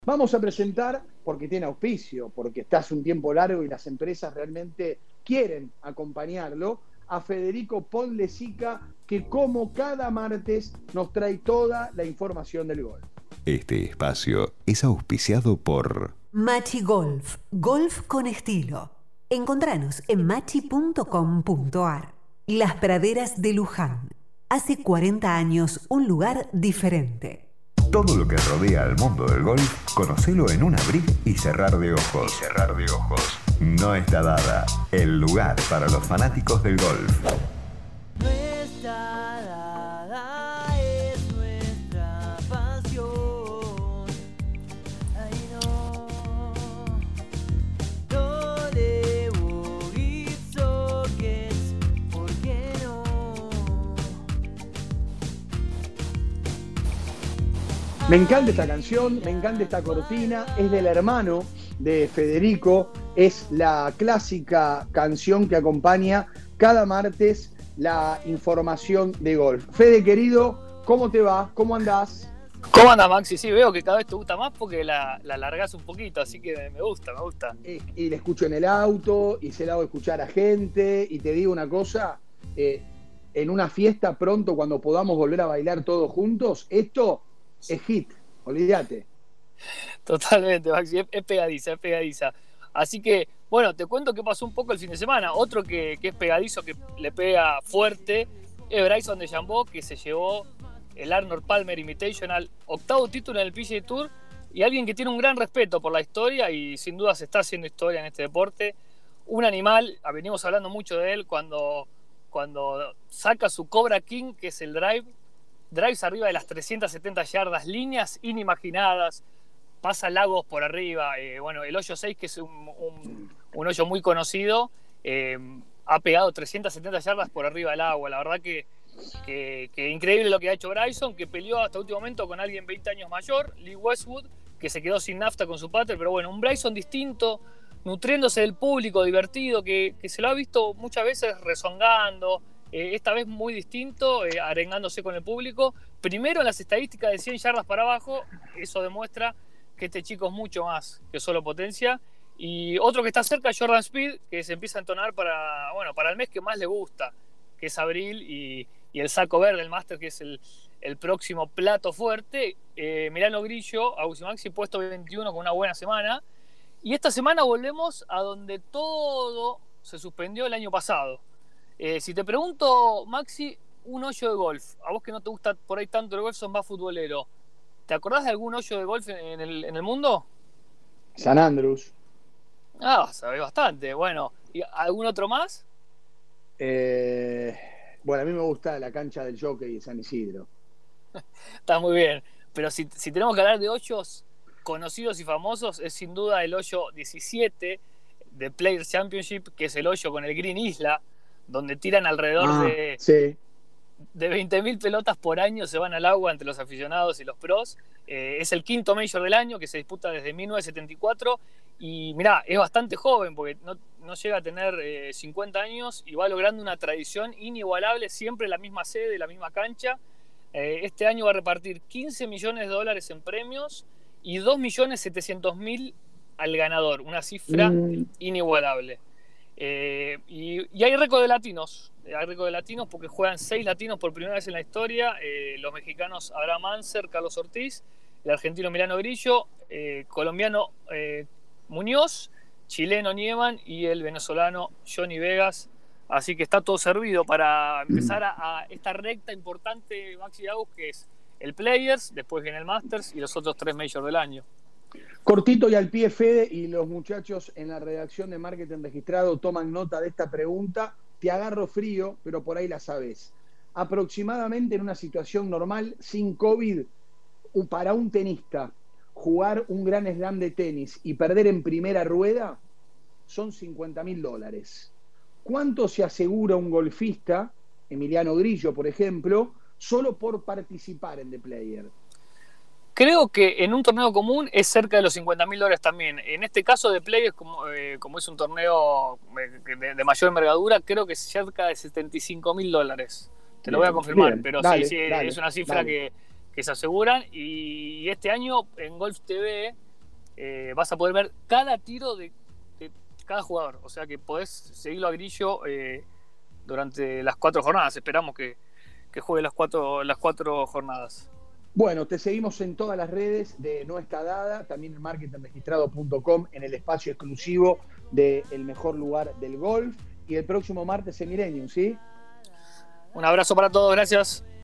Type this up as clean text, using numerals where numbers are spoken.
Vamos a presentar, porque tiene auspicio, porque está hace un tiempo largo y las empresas realmente quieren acompañarlo, a Federico Ponlecica, que como cada martes nos trae toda la información del golf. Este espacio es auspiciado por Machi Golf, golf con estilo. Encontranos en machi.com.ar. Las Praderas de Luján. Hace 40 años, un lugar diferente. todo lo que rodea al mundo del golf. Conocelo en un abrir y cerrar de ojos. No está dada. El lugar para los fanáticos del golf. No está dada, es nuestra pasión. Ay no, no debo ir sockets, ¿por qué no? Me encanta esta canción, me encanta esta cortina, es del hermano de Federico, es la clásica canción que acompaña cada martes la información de golf. Fede, querido, ¿cómo te va? ¿Cómo andás? ¿Cómo anda, Maxi? Sí, veo que cada vez te gusta más porque la alargás un poquito, así que me gusta. Y la escucho en el auto, y se la hago escuchar a gente, y te digo una cosa, en una fiesta pronto, cuando podamos volver a bailar todos juntos, esto es hit, olvídate. Totalmente, Maxi, es pegadiza. Así que, bueno, te cuento qué pasó un poco el fin de semana. Otro que es pegadizo, que le pega fuerte, es Bryson DeChambeau, que se llevó el Arnold Palmer Invitational, octavo título en el PGA Tour, y alguien que tiene un gran respeto por la historia y sin duda se está haciendo historia en este deporte. Un animal, venimos hablando mucho de él cuando saca su Cobra King, que es el drives arriba de las 370 yardas, líneas inimaginadas, pasa lagos por arriba. Bueno, el hoyo 6, que es un hoyo muy conocido, ha pegado 370 yardas por arriba del agua. La verdad que increíble lo que ha hecho Bryson, que peleó hasta último momento con alguien 20 años mayor, Lee Westwood, que se quedó sin nafta con su putter, pero bueno, un Bryson distinto, nutriéndose del público, divertido, que se lo ha visto muchas veces rezongando, esta vez muy distinto, arengándose con el público. Primero en las estadísticas de 100 yardas para abajo, eso demuestra que este chico es mucho más que solo potencia. Y otro que está cerca es Jordan Speed, que se empieza a entonar para el mes que más le gusta, que es abril, y el saco verde, el Masters, que es el próximo plato fuerte. Milano Grillo, Augusto Maxi, puesto 21 con una buena semana. Y esta semana volvemos a donde todo se suspendió el año pasado. Si te pregunto, Maxi, un hoyo de golf, a vos que no te gusta por ahí tanto el golf, sos más futbolero, ¿te acordás de algún hoyo de golf en el mundo? San Andrews. Sabés bastante. Bueno, ¿y algún otro más? Bueno, a mí me gusta la cancha del Jockey de San Isidro. Está muy bien. Pero si tenemos que hablar de hoyos conocidos y famosos, es sin duda el hoyo 17 de Players Championship, que es el hoyo con el Green Isla, donde tiran alrededor de 20.000 pelotas por año, se van al agua entre los aficionados y los pros. Es el quinto Major del año, que se disputa desde 1974. Y mirá, es bastante joven, porque no llega a tener 50 años, y va logrando una tradición inigualable, siempre la misma sede, la misma cancha. Este año va a repartir $15 millones en premios y 2.700.000 al ganador, una cifra inigualable. Y hay récord de latinos. Hay récord de latinos porque juegan 6 latinos por primera vez en la historia. Los mexicanos Abraham Anser, Carlos Ortiz, el argentino Milano Grillo, colombiano Muñoz, chileno Nieman y el venezolano Johnny Vegas. Así que está todo servido para empezar a esta recta importante, Maxi Agus, que es el Players, después viene el Masters y los otros 3 Majors del año. Cortito y al pie, Fede, y los muchachos en la redacción de Marketing Registrado toman nota de esta pregunta. Te agarro frío, pero por ahí la sabes. Aproximadamente en una situación normal, sin COVID, para un tenista, jugar un gran slam de tenis y perder en primera rueda son $50.000. ¿Cuánto se asegura un golfista, Emiliano Grillo, por ejemplo, solo por participar en The Player? Creo que en un torneo común es cerca de los $50.000 también. En este caso de Players, como es un torneo de mayor envergadura, creo que es cerca de $75.000. Te lo voy a confirmar, bien, pero dale, sí, dale, es una cifra que se aseguran. Y este año en Golf TV vas a poder ver cada tiro de cada jugador. O sea que podés seguirlo a Grillo durante las 4 jornadas. Esperamos que juegue las cuatro jornadas. Bueno, te seguimos en todas las redes de No Está Dada, también en marketingregistrado.com, en el espacio exclusivo de El Mejor Lugar del Golf. Y el próximo martes en Millennium, ¿sí? Un abrazo para todos, gracias.